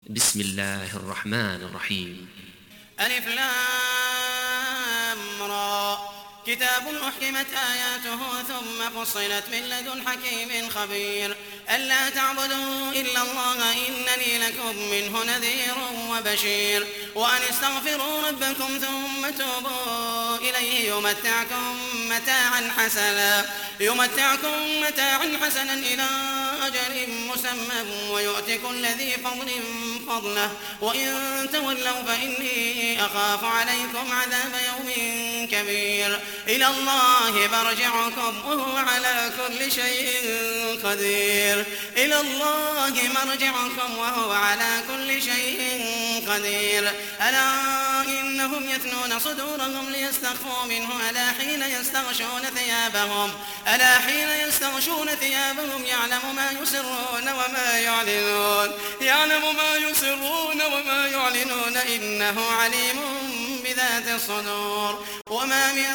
بسم الله الرحمن الرحيم. ألف لام را كتاب أحكمت آياته ثم فصلت من لدن حكيم خبير ألا تعبدوا إلا الله إنني لكم منه نذير وبشير وأن استغفروا ربكم ثم توبوا إليه يمتعكم متاعا حسنا إلى أجل مسمى ويؤتي كل ذي فضل فضله وإن تولوا فإني أخاف عليكم عذاب يوم كبير إلى الله مرجعكم وهو على كل شيء قدير ألا إنهم يثنون صدورهم ليستخفوا منه ألا حين يستغشون ثيابهم يعلم ما يسرون وما يعلنون إنه عليم بذات الصدور وما من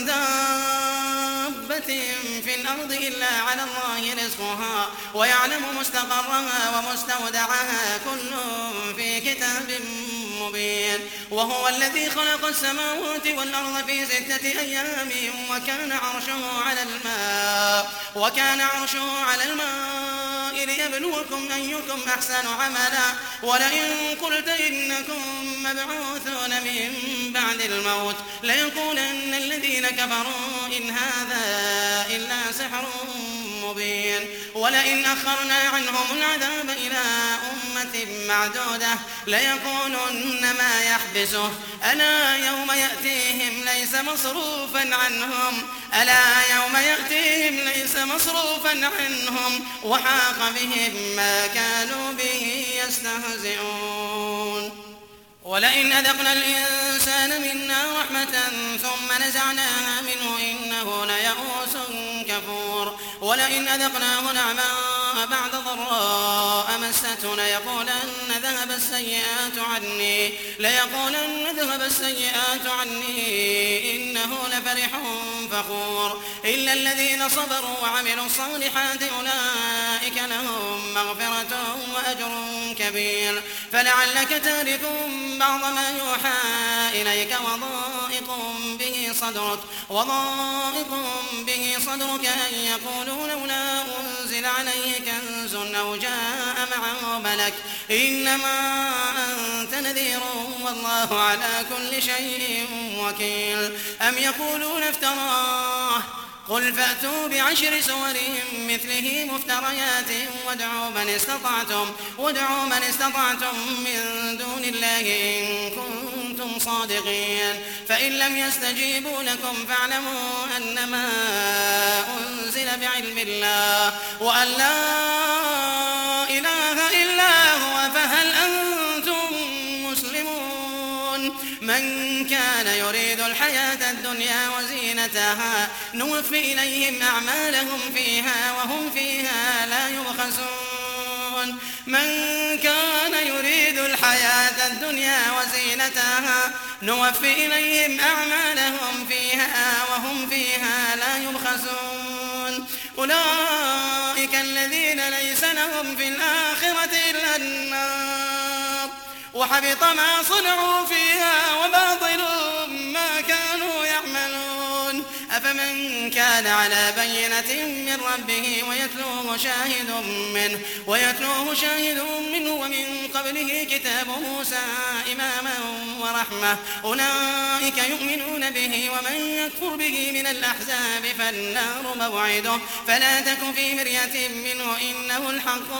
دابة في الأرض إلا على الله رزقها ويعلم مستقرها ومستودعها كل في كتاب مبين وهو الذي خلق السماوات والأرض في 6 أيام وكان عرشه على الماء ليبلوكم أيكم أحسن عملا ولئن قلت إنكم مبعوثون من بعد الموت ليقولن الذين كفروا إن هذا إلا سحر مبين ولئن أخرنا عنهم العذاب إلى أمة معدودة ليقولن ما يحبسه ألا يوم يأتيهم ليس مصروفا عنهم وحاق بهم ما كانوا به يستهزئون ولئن أذقنا الإنسان منا رحمة ثم نزعناها منه إنه ليئوس كفور ولئن أذقناه نعماء بعد ضراء مسته ليقولن ذهب السيئات عني إنه لفرح فخور إلا الذين صبروا وعملوا الصالحات أولئك لهم مغفرة وأجر كبير فلعلك تارك بعض ما يوحى إليك وضائق به صدرك أن يقولوا لولا أنزل عليه كنز أو جاء معه ملك إنما أنت نذير والله على كل شيء وكيل أم يقولون افتراه قل فأتوا ب10 سور مثله مفتريات وادعوا من استطعتم من دون الله إن كنتم صادقين فإن لم يستجيبوا لكم فاعلموا أنما أنزل بعلم الله وأن لا إله إلا هو فهل أنتم مسلمون من كان يريد الحياة الدنيا وزينتها نوفي إليهم أعمالهم فيها وهم فيها لا يبخسون من كان يريد الحياة الدنيا وزينتها نوفي إليهم أعمالهم فيها وهم فيها لا يبخسون أولئك الذين ليس لهم في الآخرة إلا النار وحبط ما صنعوا فيها وباطل ما كانوا يعملون أفمن كان على بينة من ربه ويتلوه شاهد منه ومن قبله كتاب موسى إماما ورحمة أولئك يؤمنون به ومن يكفر به من الأحزاب فالنار موعده فلا تك في مرية منه إنه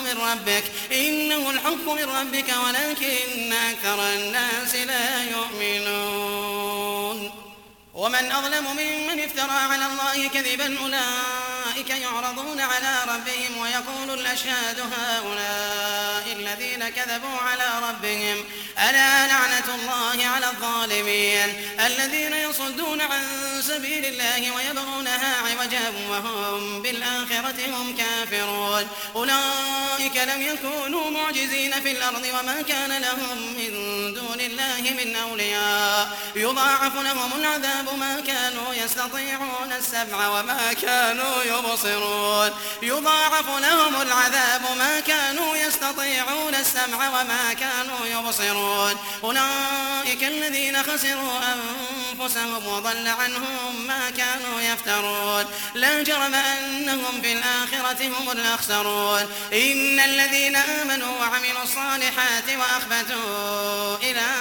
الحق من ربك ولكن أكثر الناس لا يؤمنون ومن أظلم ممن افترى على الله كذبا أولئك يعرضون على ربهم ويقول الأشهاد هؤلاء الذين كذبوا على ربهم ألا لعنة الله على الظالمين الذين يصدون عن سبيل الله ويبغونها عوجا وهم بالآخرة هم كافرون أولئك لم يكونوا معجزين في الأرض وما كان لهم من دون الله من أولياء يضاعف لهم العذاب ما كانوا يستطيعون السمع وما كانوا يبصرون يضاعف لهم العذاب ما كانوا يستطيعون السمع وما كانوا يبصرون أولئك الذين خسروا أنفسهم وضل عنهم ما كانوا يفترون لا جرم أنهم في الآخرة هم الأخسرون إن الذين آمنوا وعملوا الصالحات وأخبتوا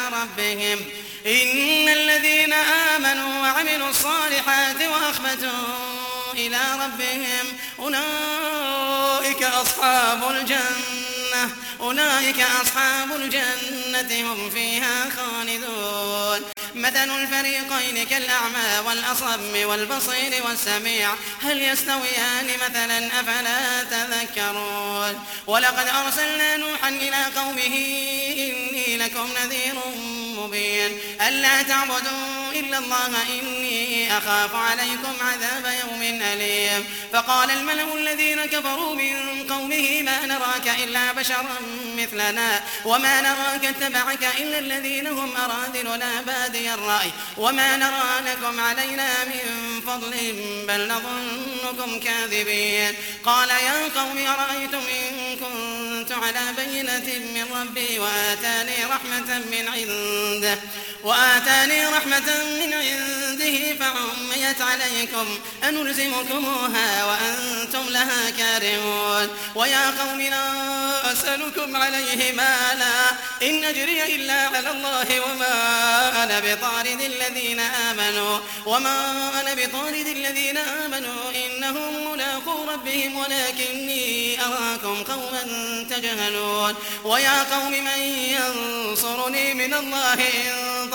إلى ربهم أولئك أصحاب الجنة هم فيها خالدون مثل الفريقين كالأعمى والأصم والبصير والسميع هل يستويان مثلا أفلا تذكرون ولقد أرسلنا نوحا إلى قومه إني لكم نذير مبين ألا تعبدوا إلا الله إني أخاف عليكم عذاب يوم أليم فقال الملأ الذين كفروا من قومه ما نراك إلا بشرا مثلنا وما نراك اتبعك إلا الذين هم أراذلنا بادي الرأي وما نرى لكم علينا من فضل بل نظنكم كاذبين قال يا قوم أرأيتم إن كنت على بينة من ربي وآتاني رحمة من عنده فعميت عليكم أنلزمكموها وأنتم لها كارهون ويا قوم لا أسألكم عليه مالا إن أجري إلا على الله وما أنا بطارد الذين آمنوا إنهم ملاقو ربهم ولكني أراكم قوما تجهلون ويا قوم من ينصرني من الله إن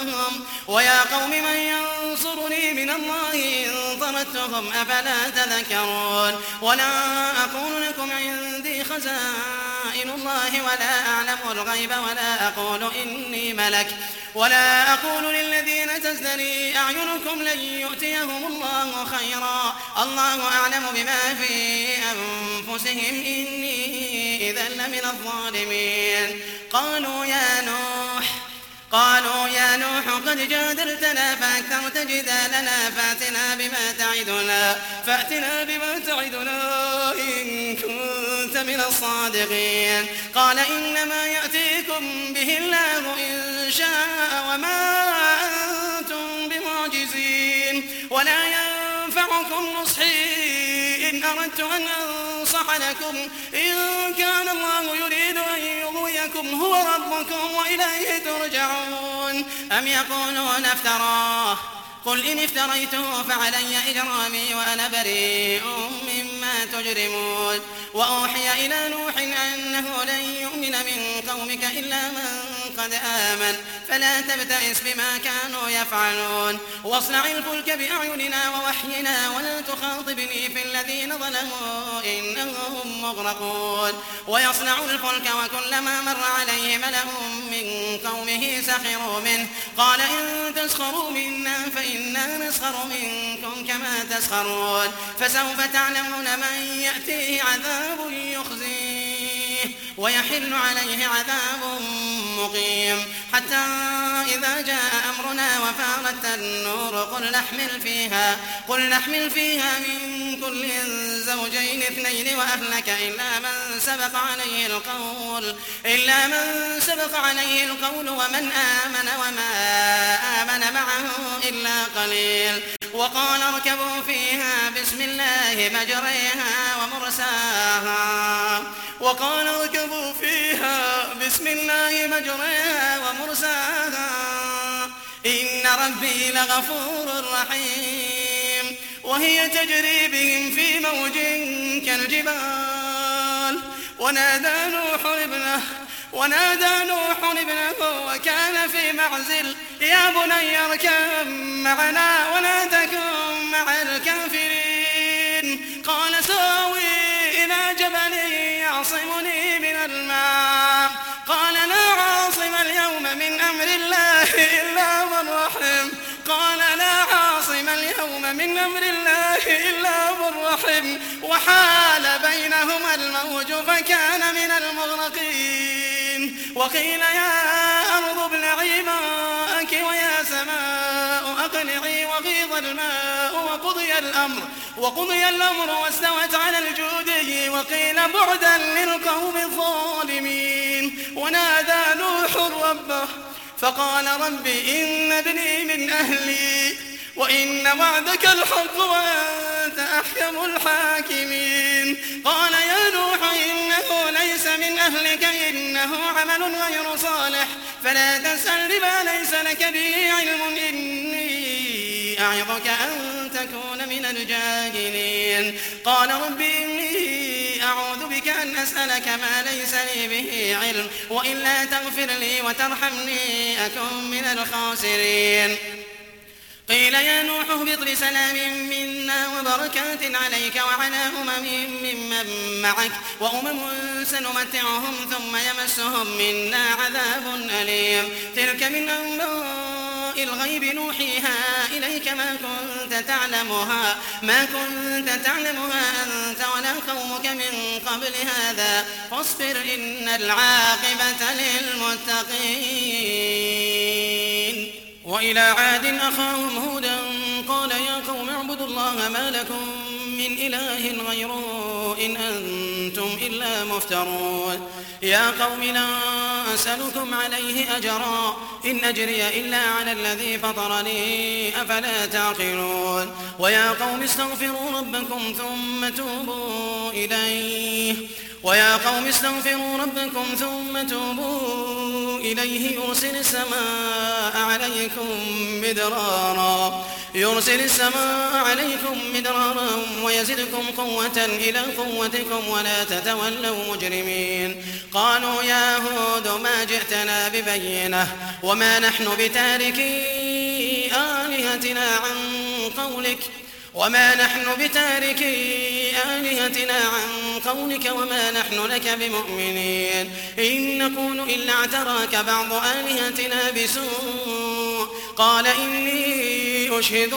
طردتهم أفلا تذكرون ولا أقول لكم عندي خزائن الله ولا أعلم الغيب ولا أقول إني ملك ولا أقول للذين تزدري أعينكم لن يؤتيهم الله خيرا الله أعلم بما في أنفسهم إني إذا لمن الظالمين قالوا يا نوح قد جادلتنا فأكثرت جدالنا فأتنا بما تعدنا إن كنت من الصادقين قال إنما يأتيكم به الله إن شاء وما أنتم بمعجزين ولا ينفعكم نصحي إن أردت أن أنصح لكم إن كان الله يريد أن يغويكم هو ربكم وإليه ترجعون أم يقولون افتراه قل إن افتريته فعلي إجرامي وأنا بريء مما تجرمون وأوحي إلى نوح أنه لن يؤمن من قومك إلا من قد آمن فلا تبتئس بما كانوا يفعلون واصنع الفلك بأعيننا ووحينا ولا تخاطبني في الذين ظلموا إنهم مغرقون ويصنع الفلك وكلما مر عليه ملأ من قومه سخروا منه قال إن تسخروا منا فإنا نسخر منكم كما تسخرون فسوف تعلمون من يأتيه عذاب يخزيه ويحل عليه عذاب مقيم حتى إذا جاء أمرنا وفارت النور قل نحمل فيها من كل زوجين اثنين وأهلك إلا من سبق عليه القول ومن آمن وما آمن معه إلا قليل وقال اركبوا فيها بسم الله مجريها ومرساها إن ربي لغفور رحيم وهي تجري بهم في موج كالجبال ونادى نوح ابنه وكان في معزل يا بني اركب معنا ولا تكن مع الكافرين قال ساوي إلى جبل يعصمني من الماء قال لا عاصم اليوم من أمر الله إلا من رحم وحال بينهما الموج فكان من المغرقين وقيل يا أرض ابلعي ماءك ويا سماء أقلعي وغيض الماء وقضي الأمر واستوت على الجودي وقيل بعدا للقوم الظالمين ونادى نوح ربه فقال رب إن ابني من أهلي وإن وعدك الحق وأنت أحكم الحاكمين قال يا نوح إنه ليس من أهلك إنه عمل غير صالح فلا تسأل بما ليس لك به علم إني أعظك أن تكون من الجاهلين قال رب إني أعوذ بك أن أسألك ما ليس لي به علم وإلا تغفر لي وترحمني أكن من الخاسرين قيل يا نوح اهبط بسلام منا وبركات عليك وعلى ممن معك وأمم سنمتعهم ثم يمسهم منا عذاب أليم تلك من أنباء الغيب نوحيها إليك ما كنت تعلمها أنت ولا قومك من قبل هذا فاصبر إن العاقبة للمتقين وإلى عاد أخاهم هودا قال يا قوم اعبدوا الله ما لكم من إله غيره إن أنتم إلا مفترون يا قوم لا أسألكم عليه أجرا إن أجري إلا على الذي فطرني أفلا تعقلون ويا قوم استغفروا ربكم ثم توبوا إليه يرسل السماء عليكم مدرارا ويزدكم قوة إلى قوتكم ولا تتولوا مجرمين قالوا يا هود ما جئتنا ببينة وما نحن بتاركي آلهتنا عن قولك وما نحن لك بمؤمنين إن نكون إلا اعتراك بعض آلهتنا بسوء قال إني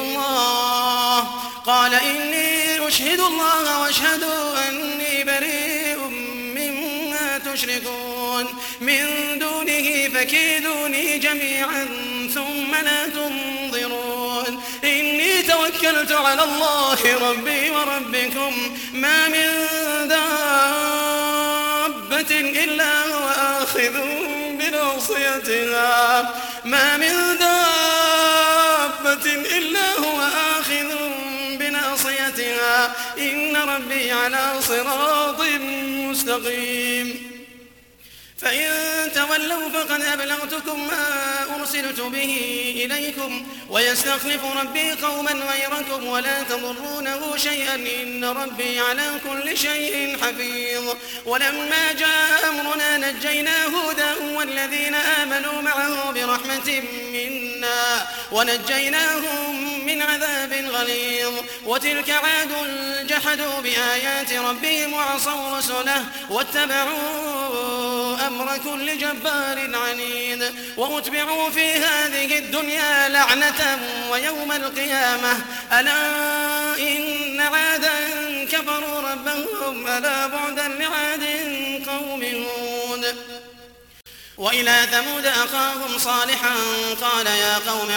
أشهد الله واشهدوا أني بريء مما تشركون من دونه فكيدوني جميعا ثم لا تنظرون إني توكلت على الله ربي وربكم ما من دابة إلا هو آخذ بناصيتها إن ربي على صراط مستقيم فإن تولوا فقد أبلغتكم ما أرسلت به إليكم ويستخلف ربي قوما غيركم ولا تضرونه شيئا إن ربي على كل شيء حفيظ ولما جاء أمرنا نجينا هودا والذين آمنوا معه برحمة منا ونجيناهم من عذاب غليظ وتلك عاد جحدوا بآيات ربهم وعصوا رسله واتبعوا أمر كل جبار عنيد وأتبعوا في هذه الدنيا لعنة ويوم القيامة ألا إن عادا كفروا ربهم ألا بعدا لعاد قوم هود وإلى ثمود أخاهم صالحا قال يا قوم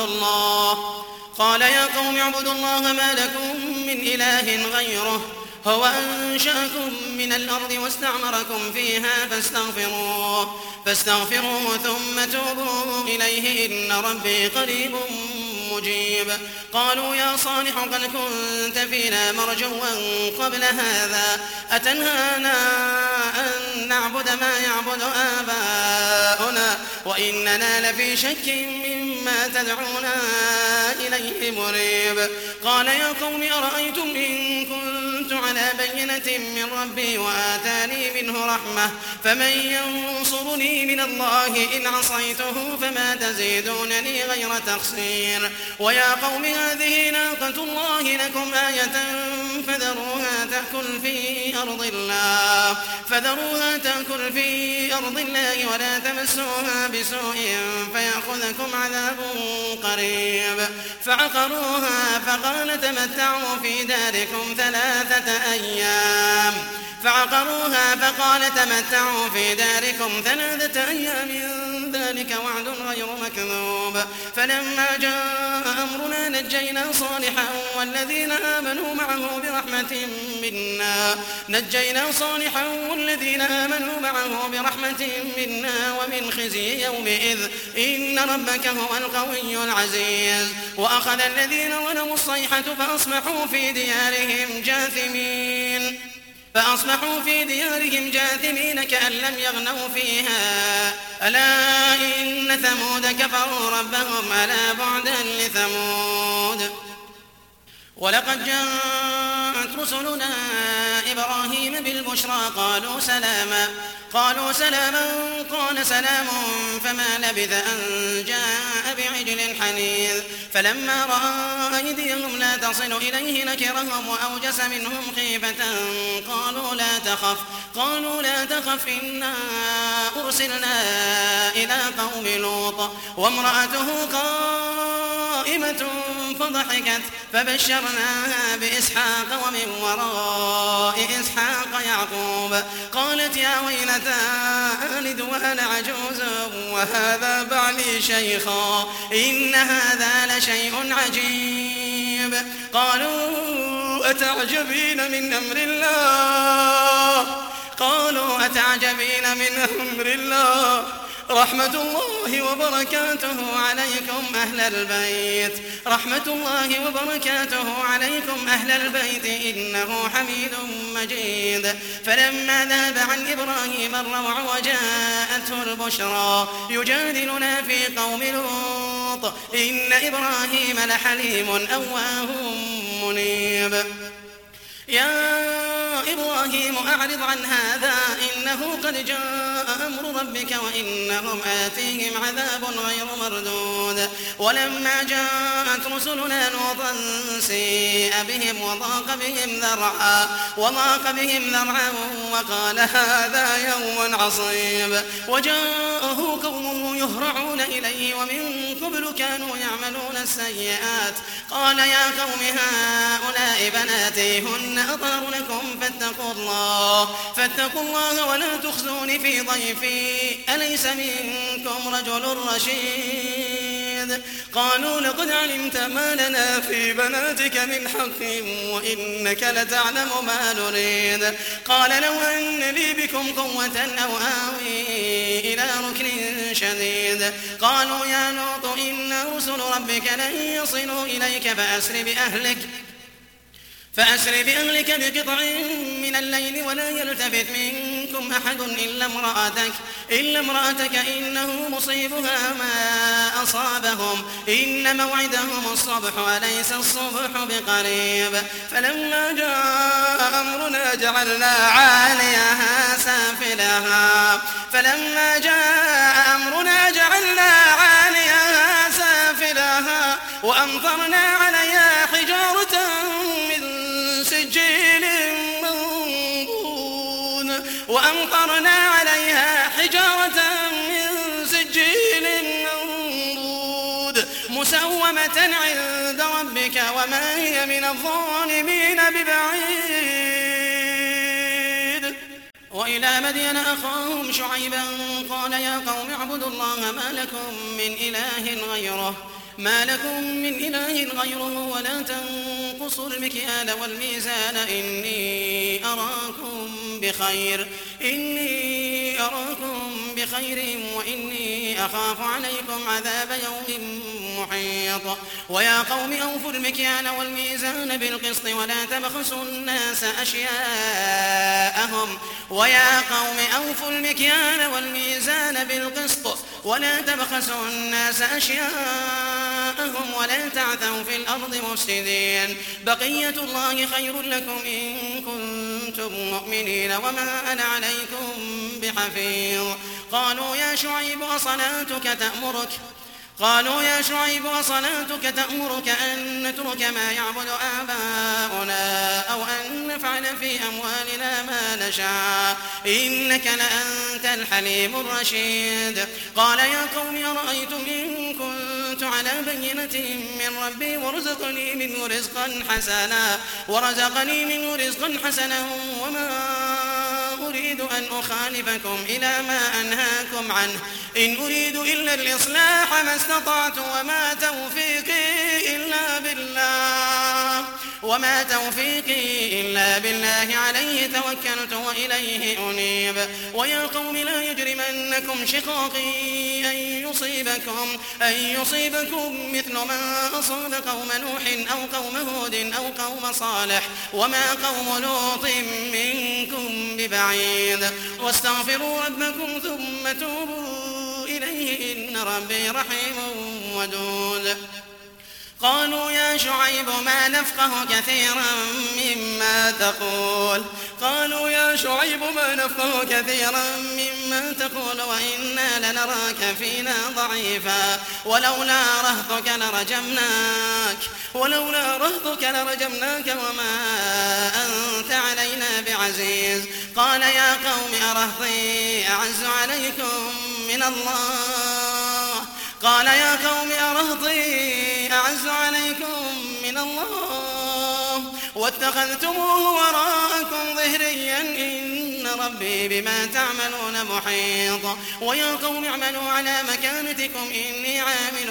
اعبدوا الله ما لكم من إله غيره هو أنشأكم من الأرض واستعمركم فيها فاستغفروه ثم توبوا إليه إن ربي قريب مجيب قالوا يا صالح قد كنت فينا مرجوا قبل هذا أتنهانا أن نعبد ما يعبد آباؤنا وإننا لفي شك مما تدعونا إليه مريب قال يا قوم أرأيتم إن كنت على بينة من ربي وآتاني منه رحمة فمن ينصرني من الله إن عصيته فما تزيدونني غير تخسير ويا قوم هذه ناقة الله لكم آية فذروها تأكل في أرض الله ولا تمسوها بسوء فيأخذكم عذاب قريب فعقروها فقال تمتعوا في داركم 3 أيام فعقروها فقال تمتعوا في داركم 3 أيام ذلك وعد غير مكذوب. فلما جاء أمرنا نجينا صالحا والذين آمنوا معه برحمة منا ومن خزي يومئذ إن ربك هو القوي العزيز. وأخذ الذين ظلموا الصيحة فأصبحوا في ديارهم جاثمين كأن لم يغنوا فيها ألا إن ثمود كفروا ربهم ألا بعدا لثمود. ولقد جاءت رسلنا إبراهيم بالبشرى قالوا سلاما قال سلام فما لبث أن جاء بعجل حنيذ. فلما رأى أيديهم لا تصل إليه نكرهم وأوجس منهم خيفة قالوا لا تخف إنا أرسلنا إلى قوم لوط وامرأته قائمة فضحكت فبشرناها بإسحاق ومن وراء إسحاق يعقوب. قالت يا ويلتى ألد وأنا عجوز وهذا بعلي شيخا إن هذا لشيء عجيب. قالوا أتعجبين من أمر الله رحمة الله وبركاته عليكم أهل البيت إنه حميد مجيد. فلما ذهب عن إبراهيم الروع وجاءته البشرى يجادلنا في قوم لوط إن إبراهيم لحليم أواه منيب. يا إبراهيم أعرض عن هذا إنه قد جاء أمر ربك وإنهم آتيهم عذاب غير مردود. ولما جاءت رسلنا لوطا سيء بهم وضاق بهم ذرعا وقال هذا يوم عصيب. وجاءه قومه يهرعون إليه ومن قبل كانوا يعملون السيئات. قال يا قوم هؤلاء بناتي هن أطهر لكم فاتقوا الله ولا تخزون في ضيفي أليس منكم رجل رشيد. قالوا لقد علمت ما لنا في بناتك من حق وإنك لتعلم ما نريد. قال لو أن لي بكم قوة أو آوي إلى ركن شديد. قالوا يا لوط إن رسل ربك لن يصلوا إليك فأسر بأهلك بقطع من الليل ولا يلتفت منكم أحد إلا امرأتك إنه مصيبها ما أصابهم إن موعدهم الصبح أليس الصبح بقريب. فلما جاء أمرنا جعلنا عاليها سافلها وأمطرنا عليها حجارة من سجيل منضود مسومة عند ربك وما هي من الظالمين ببعيد. وإلى مدين أخاهم شعيبا قال يا قوم اعبدوا الله ما لكم من إله غيره ولا تنقصوا المكيال والميزان إني أراكم بخير وإني أخاف عليكم عذاب يوم محيط. ويا قوم أوفوا المكيال والميزان بالقسط ولا تبخسوا الناس أشياءهم ولا تعثوا في الأرض مفسدين. بقية الله خير لكم إن كنتم مؤمنين وما أنا عليكم بحفيظ. قالوا يا شعيب أصلاتك تأمرك أن نترك ما يعبد آباؤنا أو أن نفعل في أموالنا ما نشاء إنك لأنت الحليم الرشيد. قال يا قوم أرأيتم إن كنت على بينة من ربي ورزقني منه رزقا حسنا وما أريد أن أخالفكم إلى ما أنهاكم عنه إن أريد إلا الإصلاح ما استطعت وما توفيقي إلا بالله عليه توكلت وإليه أنيب ويا قوم لا يجرمنكم شقاقي أن يصيبكم مثل ما أصاب قوم نوح أو قوم هود أو قوم صالح وما قوم لوط منكم ببعيد واستغفروا ربكم ثم توبوا إليه إن ربي رحيم ودود قالوا يا شعيب ما نفقه كثيرا مما تقول وإنا لنراك فينا ضعيفا ولولا رهطك لرجمناك وما أنت علينا بعزيز قال يا قوم أرهطي أعز عليكم من الله واتخذتموه وراءكم ظهريا إن ربي بما تعملون محيط ويا قوم اعملوا على مكانتكم إني عامل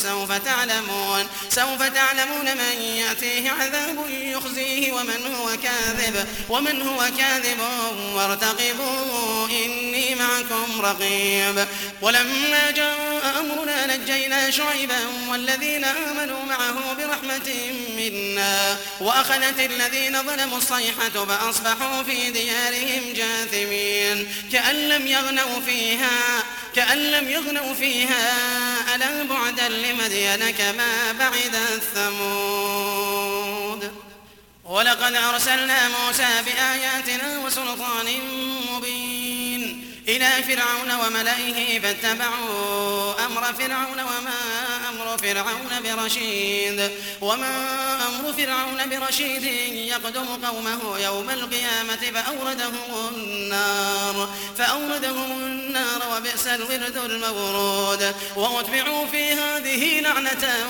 سوف تعلمون من يأتيه عذاب يخزيه ومن هو كاذب وارتقبوا إني معكم رقيب ولما جاء أمرنا نجينا شعيبا والذين آمنوا معه برحمة منا وأخذت الذين ظلموا الصيحة فأصبحوا في ديارهم جاثمين كأن لم يغنوا فيها ألا بعدا لمدين كما بعدت ثمود ولقد أرسلنا موسى بآياتنا وسلطان مبين إلى فرعون وملئه فاتبعوا أمر فرعون وما أمر فرعون برشيد يقدم قومه يوم القيامة فأوردهم النار وبئس الورد المورود وأتبعوا في هذه لعنة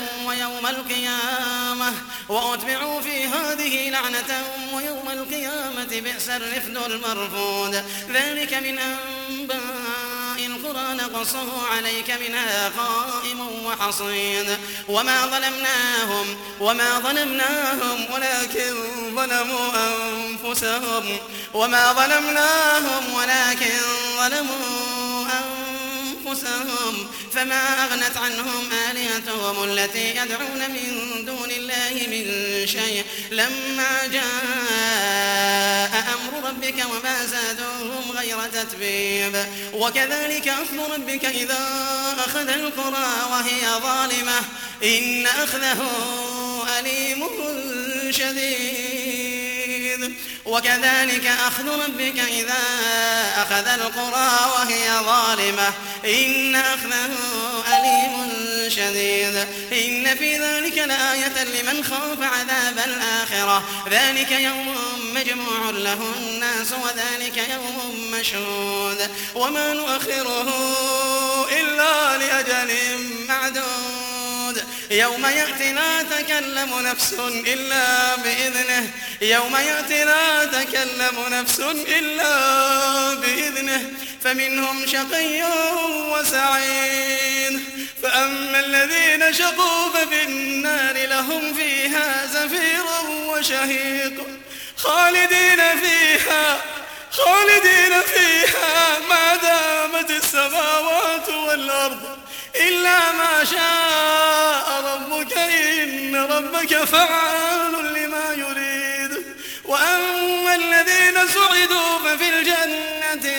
ويوم القيامة بئس الرفد المرفود ذلك من أنباء القرى نقصه عليك منها قائم وحصيد وما ظلمناهم ولكن ظلموا أنفسهم فما أغنت عنهم آلهتهم التي يدعون من دون الله من شيء لما جاء أمر ربك وما زادوهم غير تتبيب وكذلك أخذ ربك إذا أخذ القرى وهي ظالمة إن أخذه أليم شديد وكذلك أخذ ربك إذا أخذ القرى وهي ظالمة إن أخذه أليم شديد إن في ذلك لآية لمن خاف عذاب الآخرة ذلك يوم مجموع له الناس وذلك يوم مشهود وما نؤخره إلا لأجل معدود يوم يأتي لا تكلم نفس إلا بإذنه فمنهم شقي وسعيد فأما الذين شقوا ففي النار لهم فيها زفير وشهيق خالدين فيها ما دامت السماوات والأرض إلا ما شاء ربك إن ربك فعال لما يريد وأما الذين سعدوا ففي الجنة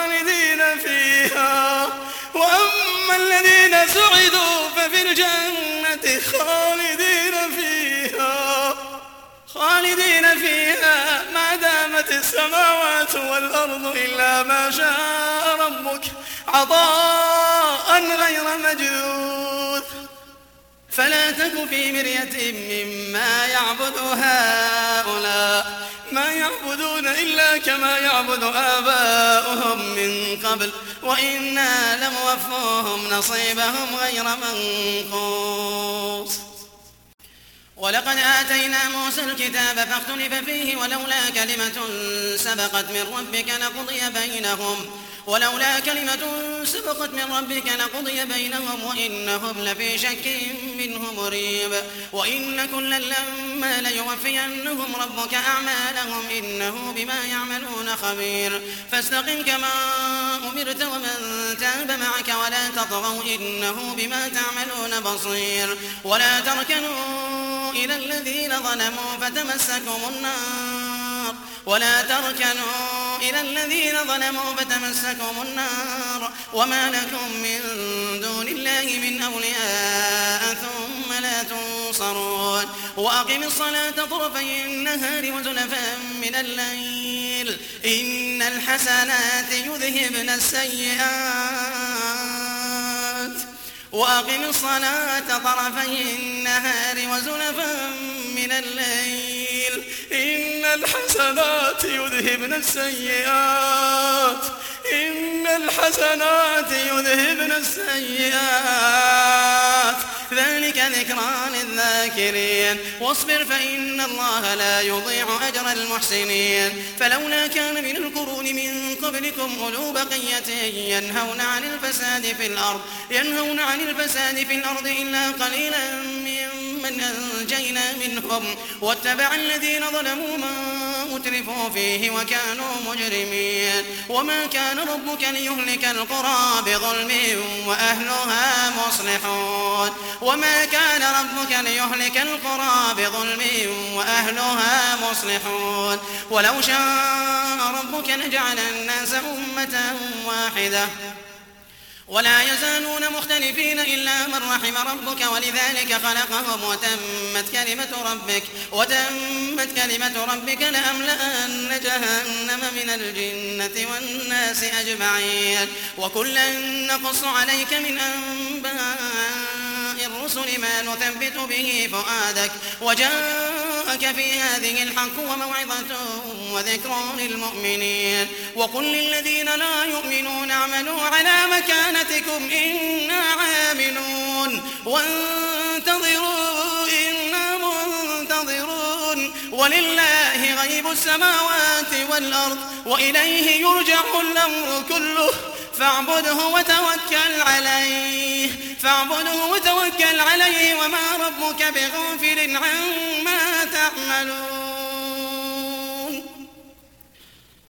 خالدين فيها ما دامت السماوات والأرض إلا ما شاء ربك عطاء غير مجذوذ فلا تك في مرية مما يعبد هؤلاء ما يعبدون إلا كما يعبد آباؤهم من قبل وإنا لموفوهم نصيبهم غير منقوص ولقد آتينا موسى الكتاب فاختلف فيه ولولا كلمة سبقت من ربك لقضي بينهم وإنهم لفي شك منه مريب وإن كلا لما ليوفينهم ربك أعمالهم إنه بما يعملون خبير فاستقم كما أمرت ومن تاب معك ولا تطغوا إنه بما تعملون بصير ولا تركنوا إلى الذين ظلموا فتمسكم النار وما لكم من دون الله من أولياء ثم لا تنصرون وأقم الصلاة طرفي النهار وزلفا من الليل إن الحسنات يذهبن السيئات ذلك ذكرى للذاكرين واصبر فإن الله لا يضيع أجر المحسنين فلولا كان من القرون من قبلكم أولو بقية ينهون عن الفساد في الأرض إلا قليلا ممن أنجينا منهم واتبع الذين ظلموا ما أترفوا فيه وكانوا مجرمين وما كان ربك ليهلك القرى بظلم وأهلها مصلحون ولو شاء ربك لجعل الناس أمة واحدة ولا يزالون مختلفين إلا من رحم ربك ولذلك خلقهم وتمت كلمة ربك لأملأن جهنم من الجنة والناس أجمعين وكلا نقص عليك من أنباء الرسل ما نثبت به فؤادك وجاءك في هذه الحق وموعظة وذكر للمؤمنين وقل للذين لا يؤمنون اعملوا على مكانتكم إنا عاملون وانتظروا إنا منتظرون ولله غيب السماوات والأرض وإليه يرجع الأمر كله فاعبده وتوكل عليه وما ربك بغافل عما تعملون